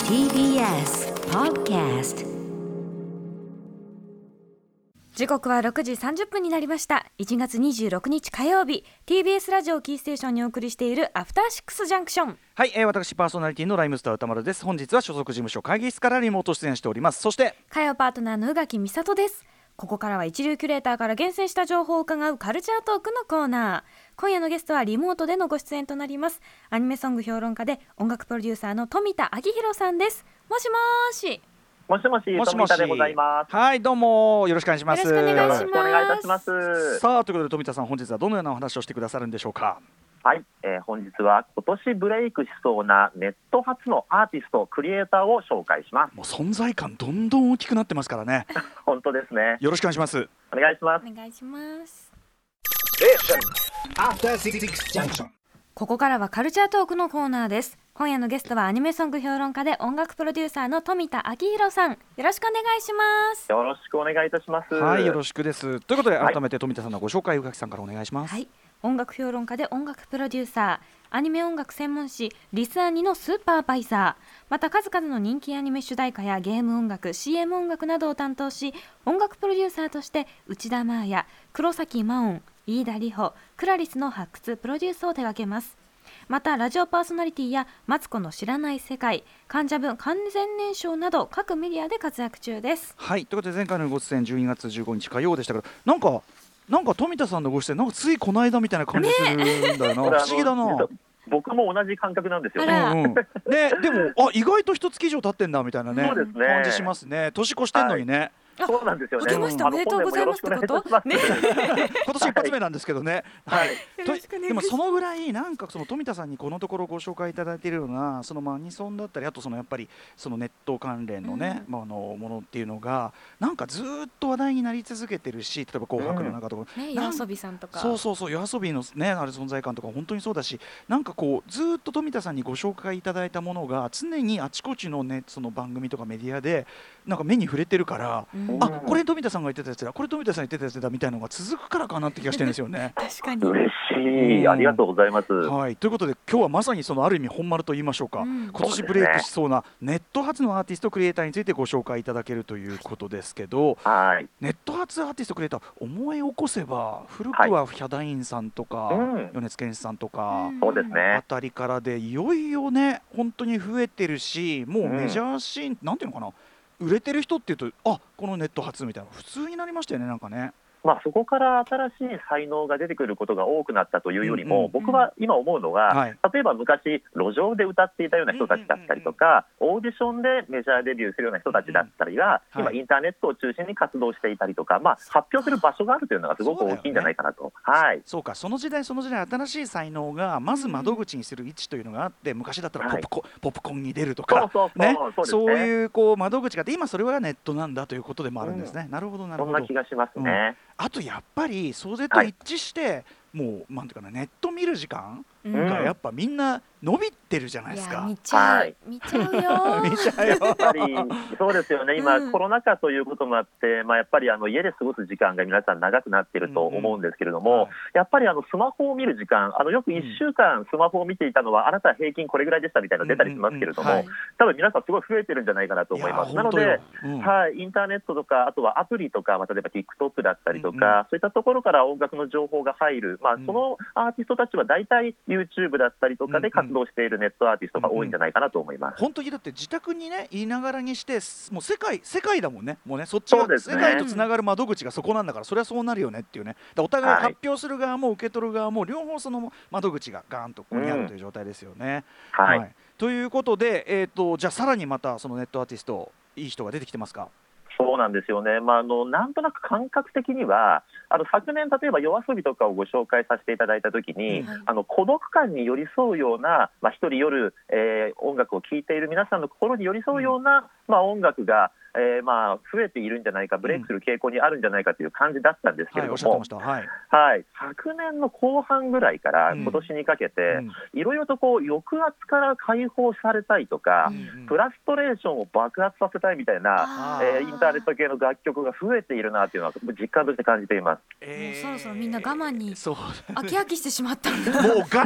TBS Podcast。時刻は6時30分になりました。1月26日火曜日、 TBS ラジオキーステーションにお送りしているアフターシックスジャンクション。 はい、私パーソナリティのライムスター歌丸です。本日は所属事務所会議室からリモート出演しております。そして火曜パートナーの宇垣美里です。ここからは一流キュレーターから厳選した情報を伺うカルチャートークのコーナー。今夜のゲストはリモートでのご出演となります。アニメソング評論家で音楽プロデューサーの富田明宏さんです。もしもし。 もしもし、富田でございます。 はい、どうもよろしくお願いします。 よろしくお願いします。 よろしくお願いいたします。 さあ、ということで富田さん、本日はどのようなお話をしてくださるんでしょうか。 はい、本日は今年ブレイクしそうなネット発のアーティストクリエイターを紹介します。 もう存在感どんどん大きくなってますからね本当ですね。 よろしくお願いします。 お願いします。 お願いします。 After 66 junction。 ここからはカルチャートークのコーナーです。今夜のゲストはアニメソング評論家で音楽プロデューサーの富田明宏さん。よろしくお願いします。 よろしくお願いいたします。 はい、よろしくです。ということではい改めて富田さんのご紹介、宇垣さんからお願いします。 はい、音楽評論家で音楽プロデューサー、アニメ音楽専門誌リスアニのスーパーバイザー、また数々の人気アニメ主題歌やゲーム音楽、 CM 音楽などを担当し、音楽プロデューサーとして内田真彩、黒崎真音、飯田里穂、クラリスの発掘プロデュースを手掛けます。またラジオパーソナリティやマツコの知らない世界、関ジャム完全燃焼など各メディアで活躍中です。 はい、ということで前回のご出演12月15日火曜でしたけど、なんか富田さんのご出演なんかついこの間みたいな感じするんだよな、 これ不思議だな。 僕も同じ感覚なんですよね。 あらね、でも意外と一月以上経ってんだみたいなね、 そうですね感じしますね。年越してんのにね、 そうなんですよね。 明けましておめでとうございますってことね。 今年一発目なんですけどね。 はいよろしくお願いします。 でもそのぐらいなんかその富田さんにこのところご紹介いただいているようなそのアニソンだったり、あとそのやっぱりそのネット関連のね、ものっていうのがなんかずっと話題になり続けてるし、例えば紅白の中とか、 ね、 なん夜遊びさんとか。 そう夜遊びのねあれ存在感とか本当にそうだし、なんかこうずっと富田さんにご紹介いただいたものが常にあちこちのねその番組とかメディアでなんか目に触れてるから、あ、これ富田さんが言ってたやつだ、これ富田さん言ってたやつだみたいなのが続くからかなって気がしてるんですよね。 確かに。 嬉しい、ありがとうございます。 はい、ということで今日はまさにそのある意味本丸と言いましょうか、今年ブレイクしそうなネット発のアーティストクリエイターについてご紹介いただけるということですけど、 はい、 ネット発アーティストクリエイター思い起こせば古くはヒャダインさんとか、米津玄師さんとか、 そうですね。 あたりからでいよいよね本当に増えてるし、もうメジャーシーン、なんていうのかな、売れてる人っていうとこのネット発みたいな普通になりましたよね、なんかね。 そこから新しい才能が出てくることが多くなったというよりも、僕は今思うのが、 はい、 例えば昔路上で歌っていたような人たちだったりとか、オーディションでメジャーデビューするような人たちだったりが、今インターネットを中心に活動していたりとか、発表する場所があるというのがすごく大きいんじゃないかなと。はい、 そうか、その時代新しい才能がまず窓口にする位置というのがあって、昔だったらポップコーンに出るとか、そういうこう窓口があって、今それはネットなんだということでもあるんですね。なるほどなるほど。 そんな気がしますね。 あとやっぱりそれと一致して、もうなんていうかな、ネット見る時間がやっぱみんな伸びてるじゃないですか。 見ちゃうよ見ちゃうよやっぱりそうですよね。今、コロナ禍ということもあって、やっぱり家で過ごす時間が皆さん長くなっていると思うんですけれども、やっぱりスマホを見る時間、よく1週間スマホを見ていたのは、あなた平均これぐらいでしたみたいなの出たりしますけれども、多分皆さんすごい増えてるんじゃないかなと思います。なので、インターネットとか、あとはアプリとか、例えば TikTok だったりとか、そういったところから音楽の情報が入る、そのアーティストたちは大体 YouTube だったりとかで活動しているネットアーティストが多いんじゃないかなと思います。 本当にだって自宅にね言いながらにして、もう世界だもんね。もうね、そっちが世界とつながる窓口がそこなんだから、それはそうなるよねっていうね。お互い発表する側も受け取る側も両方その窓口がガーンとここにあるという状態ですよね。ということで、じゃあさらにまたそのネットアーティストいい人が出てきてますか？ そうなんですよね。なんとなく感覚的には昨年例えば夜遊びとかをご紹介させていただいたときに、孤独感に寄り添うような、一人夜、音楽を聴いている皆さんの心に寄り添うような、音楽がまあ、増えているんじゃないか、ブレイクする傾向にあるんじゃないかという感じだったんですけれども、昨年の後半ぐらいから今年にかけて、いろいろとこう抑圧から解放されたいとか、フラストレーションを爆発させたいみたいな、インターネット系の楽曲が増えているなというのは実感として感じています。 もうそろそろみんな我慢に飽き飽きしてしまったんだ。 もうガ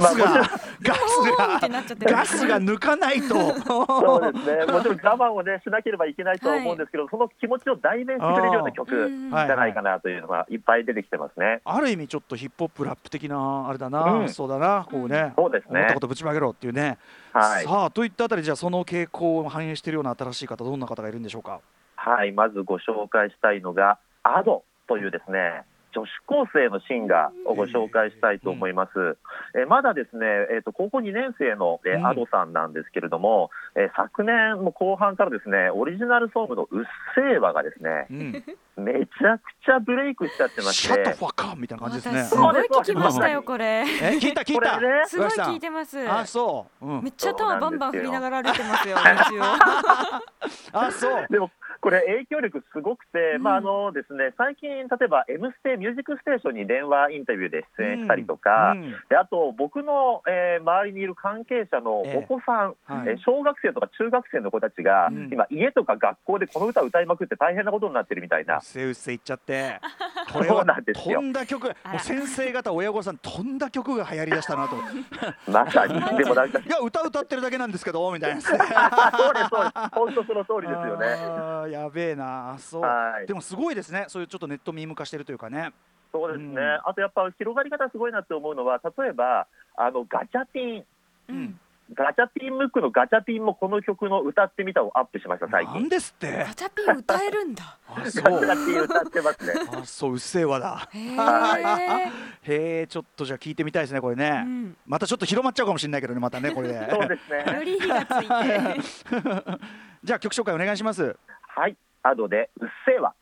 スが抜かないとそうですね、もちろん我慢を、ね、しなければいけないとは思うんですけど、その気持ちを代弁してくれるような曲じゃないかなというのがいっぱい出てきてますね。 ある意味ちょっとヒップホップラップ的なあれだな、そうだな、こうね、 そうですね、 思ったことぶちまけろっていうね。さあといったあたり、じゃあその傾向を反映しているような新しい方、どんな方がいるんでしょうか。 はい、まずご紹介したいのがAdoというですね、女子高生のシンガーをご紹介したいと思います。まだですね、高校2年生のAdoさんなんですけれども、昨年の後半からですね、オリジナルソングのうっせぇわがですね、めちゃくちゃブレイクしちゃってまして、 シャットファッカーみたいな感じですね。 すごい聞きましたよこれ。 聞いたすごい聞いてます。 あ、そう、 めっちゃ頭バンバン振りながら歩いてますよ。 あ、そう。 でもこれ影響力すごくて、ですね、最近例えば M ステミュージックステーションに電話インタビューで出演したりとか、であと僕の、周りにいる関係者のお子さん、小学生とか中学生の子たちが、今家とか学校でこの歌を歌いまくって大変なことになってるみたいな。 うっせいっちゃって、これはとんだ曲、もう先生方親御さんとんだ曲が流行りだしたなと。 まさに。でもなんかいや歌ってるだけなんですけどみたいな。 そうです本当その通りですよね。 やべえな。そう、でもすごいですね、そういうちょっとネットミーム化してるというかね。 そうですね、あとやっぱ広がり方すごいなって思うのは、例えばガチャピン、ガチャピンムックのガチャピンもこの曲の歌ってみたをアップしました最近。 なんですって。 ガチャピン歌えるんだ。 ガチャピン歌ってますね。 あ、そう、うっせぇわだ。へえ、ちょっとじゃあ聞いてみたいですねこれね。またちょっと広まっちゃうかもしれないけどね、またねこれで。 そうですね。 より火がついて。 じゃあ曲紹介お願いします。 はい、Adoでうっせぇわ。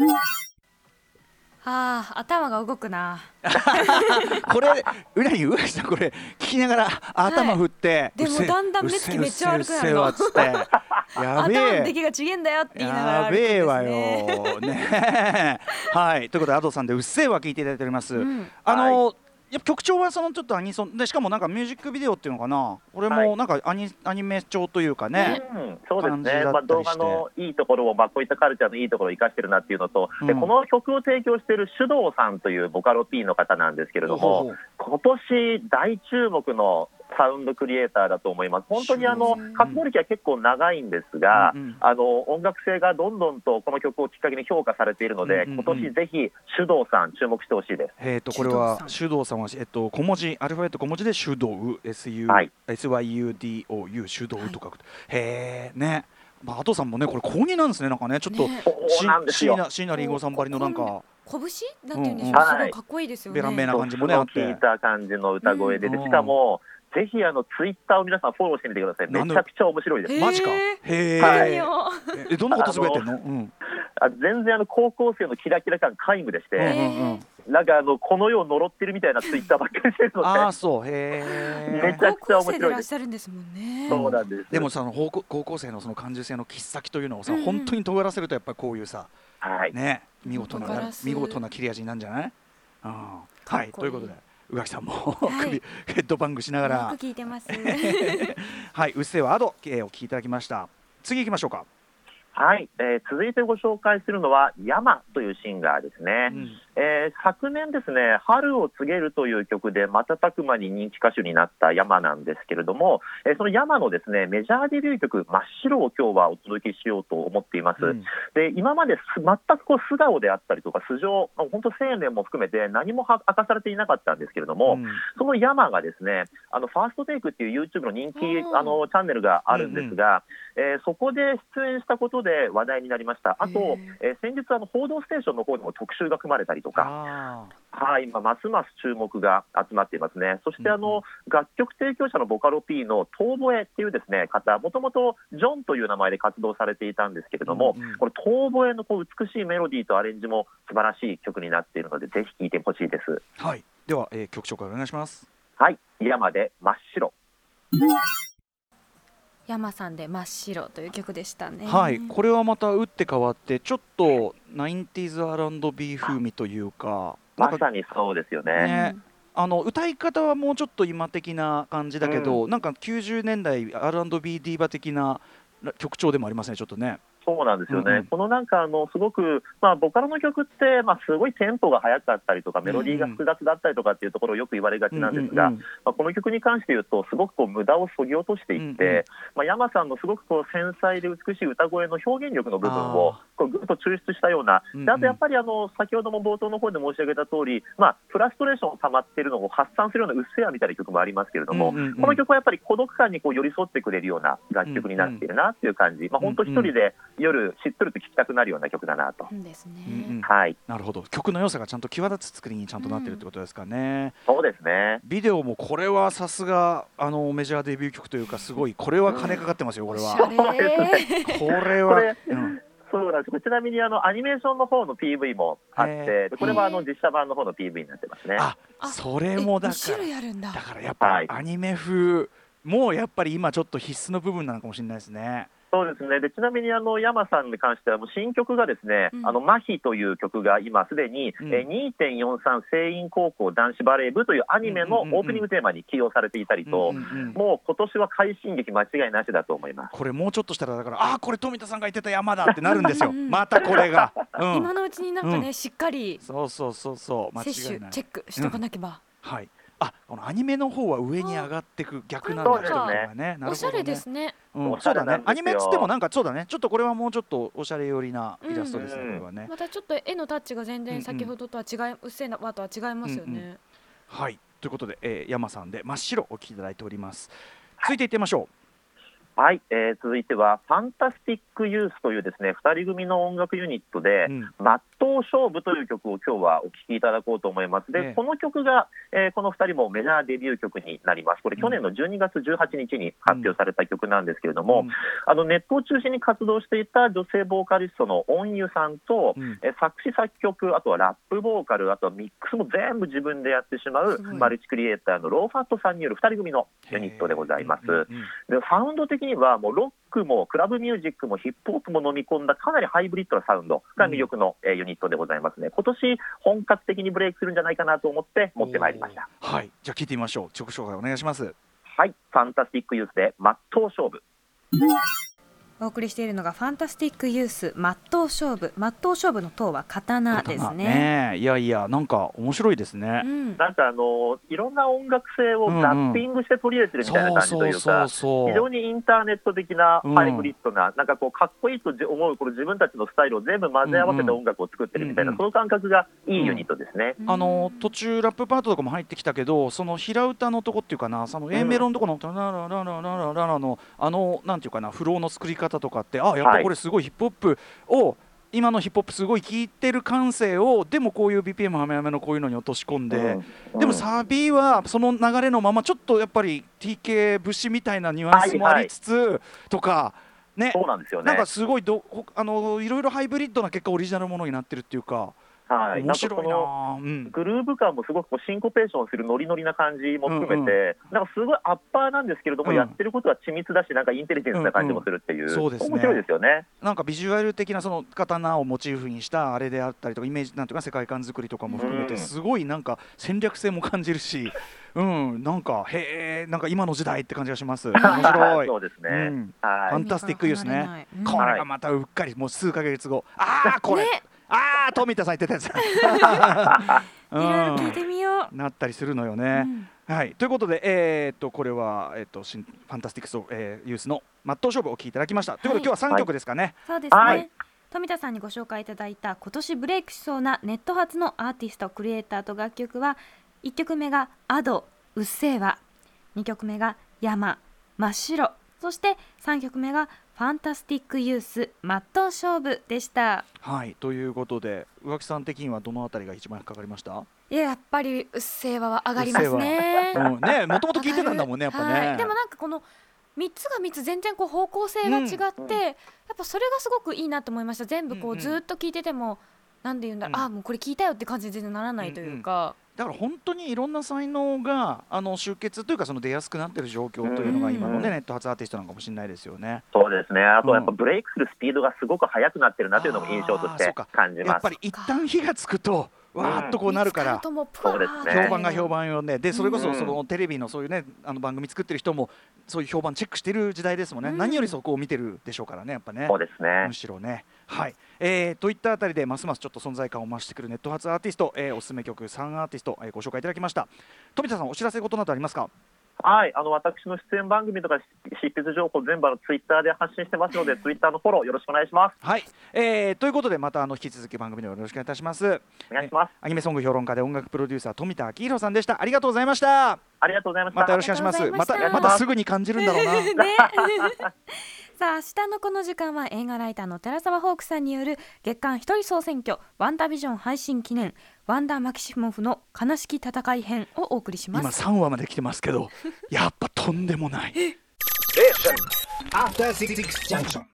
頭が動くな。 これうなぎうさん、これ聞きながら頭振って、 でもだんだん目つきめっちゃ悪くなるの。 やべえ、 頭の出来がちげんだよって言いながら歩くんですね。 やべえわよね。はい、ということでAdoさんでうっせぇわ聞いていただいております。やっぱ曲調はそのちょっとアニソンで、しかもなんかミュージックビデオっていうのかな、これもなんかアニメ調というかね、 そうですね、動画のいいところを、こういったカルチャーのいいところを生かしてるなっていうのと、でこの曲を提供している手動さんというボカロ P の方なんですけれども、今年大注目のサウンドクリエイターだと思います。本当に活動歴は結構長いんですが、音楽性がどんどんとこの曲をきっかけに評価されているので、今年ぜひ手動さん注目してほしいです。 これは手動さんは小文字アルファベット小文字で手動 SYUDOU 手動と書く。へえね。Adoさんもねこれ公認なんですね。なんかねちょっと椎名林檎さんばりのなんか拳なんていうんでしょう、すごいかっこいいですよね。 ベランベな感じもねあって、 聞いた感じの歌声で、しかもぜひツイッターを皆さんフォローしてみてください。めちゃくちゃ面白いです。 マジか。へえ。どんなことすべてんの？ 全然高校生のキラキラ感皆無でして、なんかこの世を呪ってるみたいなツイッターばっかりしてるので、 ああそう、へえ。 めちゃくちゃ面白いです。 高校生でいらっしゃるんですもんね。 そうなんです。 でもさ、高校生のその感受性の切っ先というのをさ、本当に尖らせるとやっぱりこういうさ、ね、見事な切れ味になるんじゃない？はい、ということで宇垣さんもヘッドバングしながらよく聞いてます。 はい、うっせぇわAdoを聞いていただきました。次行きましょうか。 はい、続いてご紹介するのはYAMAというシンガーですね。昨年ですね、春を告げるという曲で瞬く間に人気歌手になった YAMAなんですけれども、そのYAMAのですねメジャーデビュー曲真っ白を今日はお届けしようと思っています。で今まで全く素顔であったりとか素性、本当青年も含めて何も明かされていなかったんですけれども、そのYAMAがですねファーストテイクっていう YouTube の人気チャンネルがあるんですが、そこで出演したことで話題になりました。あと、先日報道ステーションの方でも特集が組まれたりとか、今ますます注目が集まっていますね。そして楽曲提供者のボカロ P の遠吠えっていうですね方、もともとジョンという名前で活動されていたんですけれども、この遠吠えの美しいメロディーとアレンジも素晴らしい曲になっているので、ぜひ聴いてほしいです。 はい、では、曲紹介お願いします。 はい、YAMAで真っ白。 山さんで真っ白という曲でしたね。 はい、これはまた打って変わってちょっと 90s R&B 風味というか、 まさにそうですよね。 歌い方はもうちょっと今的な感じだけど、なんか90年代 R&B ディーバ的な曲調でもありますね、ちょっとね。 そうなんですよね、このなんかすごく、ボカロの曲って、すごいテンポが速かったりとかメロディーが複雑だったりとかっていうところをよく言われがちなんですが、この曲に関して言うとすごく無駄を削ぎ落としていって、山さんのすごく繊細で美しい歌声の表現力の部分をぐっと抽出したような、であとやっぱり先ほども冒頭の方で申し上げた通り、フラストレーション溜まっているのを発散するようなうっせやみたいな曲もありますけれども、この曲はやっぱり孤独感に寄り添ってくれるような楽曲になっているなっていう感じ、本当一人で夜しっとりと聴きたくなるような曲だなと。 ですね。 はい。 なるほど、曲の良さがちゃんと際立つ作りにちゃんとなってるってことですかね。 そうですね。 ビデオもこれはさすがメジャーデビュー曲というか、すごいこれは金かかってますよ、これは。これは。 そうなんです。ちなみにアニメーションの方の PV もあって、これは実写版の方の PV になってますね。 それもだからやっぱりアニメ風もうやっぱり今ちょっと必須の部分なのかもしれないですね。 そうですね。でちなみに山さんに関してはもう新曲がですね、麻痺という曲が今すでに、2.43 聖院高校男子バレー部というアニメのオープニングテーマに起用されていたりと、もう今年は快進撃間違いなしだと思います。 これもうちょっとしたらだからこれ富田さんが言ってた山だってなるんですよ。またこれが、 今のうちになんかね、しっかりそう間違摂いない取チェックしとかなければ。 はい。このアニメの方は上に上がっていく逆なんだね。 おしゃれですね。 そうだね。アニメっつってもなんかそうだね。ちょっとこれはもうちょっとおしゃれ寄りなイラストですね。これはね。 またちょっと絵のタッチが全然先ほどとは違い、うっせぇなわとは違いますよね。 はい。ということで山さんで真っ白お聴きいただいております。続いていってみましょう。 はい、続いてはファンタスティックユースというですね2人組の音楽ユニットで、マット勝負という曲を今日はお聴きいただこうと思います。でこの曲が、この2人もメジャーデビュー曲になります。これ去年の12月18日に発表された曲なんですけれども、ネットを中心に活動していた女性ボーカリストのオンユさんと、作詞作曲、あとはラップボーカル、あとはミックスも全部自分でやってしまうマルチクリエイターのローファットさんによる2人組のユニットでございます。でサウンド的にはもうロックもクラブミュージックもヒップホップも飲み込んだかなりハイブリッドなサウンドが魅力のユニットでございますね。今年本格的にブレイクするんじゃないかなと思って持ってまいりました。 はい、じゃあ聞いてみましょう。曲紹介お願いします。 はい、ファンタスティックユースで真っ当勝負。 お送りしているのがファンタスティックユース真っ当勝負。真っ当勝負の刀は刀ですね。 いやいや、なんか面白いですね。 なんかいろんな音楽性をラッピングして取り入れてるみたいな感じというか、非常にインターネット的なハイブリッドな、なんかこうかっこいいと思うこの自分たちのスタイルを全部混ぜ合わせた音楽を作ってるみたいな、その感覚がいいユニットですね。 途中ラップパートとかも入ってきたけど、その平歌のとこっていうかな、その A メロのとこのラララララララのなんていうかな、フローの作り方とかってやっぱこれすごいヒップホップを今のヒップホップすごい聴いてる感性をでもこういう BPM はめはめのこういうのに落とし込んで、でもサビはその流れのままちょっとやっぱり TK 節みたいなニュアンスもありつつとかね、 そうなんですよね。 なんかすごいいろいろハイブリッドな結果オリジナルものになってるっていうか。面白いな。 グルーヴ感もすごくシンコペーションするノリノリな感じも含めて、なんかすごいアッパーなんですけれども、やってることは緻密だし、なんかインテリジェンスな感じもするっていう、面白いですよね。 なんかビジュアル的なその刀をモチーフにしたあれであったりとか、イメージなんていうか世界観作りとかも含めてすごいなんか戦略性も感じるし、なんかなんか今の時代って感じがします。面白い。 そうですね。 ファンタスティックユースね。これがまたうっかりもう数ヶ月後、これ富田さん言ってたやついろいろ聞いてみようなったりするのよね。はい、ということで、これは、ファンタスティックス、ユースの真っ当勝負をお聴きいただきました。ということで今日は3曲ですかね。 そうですね。富田さんにご紹介いただいた今年ブレイクしそうなネット発のアーティストクリエイターと楽曲は、1曲目がアドうっせぇわ、2曲目が山真っ白、そして3曲目がファンタスティックユース真っ当勝負でした。 はい、ということで宇垣さん的にはどのあたりが一番引っかかりました？ やっぱりうっせぇわは上がりますね。 もともと聞いてたんだもんね、やっぱね。 でもなんかこの3つが3つ全然こう方向性が違って、やっぱそれがすごくいいなと思いました。全部こうずっと聞いててもなんで言うんだろう、もうこれ聞いたよって感じで全然ならないというか。 だから本当にいろんな才能が集結というかその出やすくなっている状況というのが今の、ね、ネット発アーティストなのかもしれないですよね。 そうですね。あとやっぱブレイクするスピードがすごく速くなってるなというのも印象として感じます。 やっぱり一旦火がつくとわーっとこうなるから、 そうですね、 評判が評判をね、でそれこそそのテレビのそういうね番組作ってる人もそういう評判チェックしてる時代ですもんね。何よりそこを見てるでしょうからね、やっぱね。 そうですね。 むしろね。はい。といったあたりでますますちょっと存在感を増してくるネット発アーティスト、おすすめ曲3アーティスト、ご紹介いただきました。富田さん、お知らせ事などありますか？ はい、私の出演番組とか執筆情報全部ツイッターで発信してますのでツイッターのフォローよろしくお願いします。 はい、ということでまた引き続き番組でよろしくお願いいたします。 お願いします。 アニメソング評論家で音楽プロデューサー富田明宏さんでした。ありがとうございました。 ありがとうございました。 またよろしくお願いします。またすぐに感じるんだろうな、ねさあ明日のこの時間は映画ライターの寺澤ホークさんによる月刊一人総選挙ワンダービジョン配信記念ワンダーマキシモフの悲しき戦い編をお送りします。 今3話まで来てますけどやっぱとんでもない。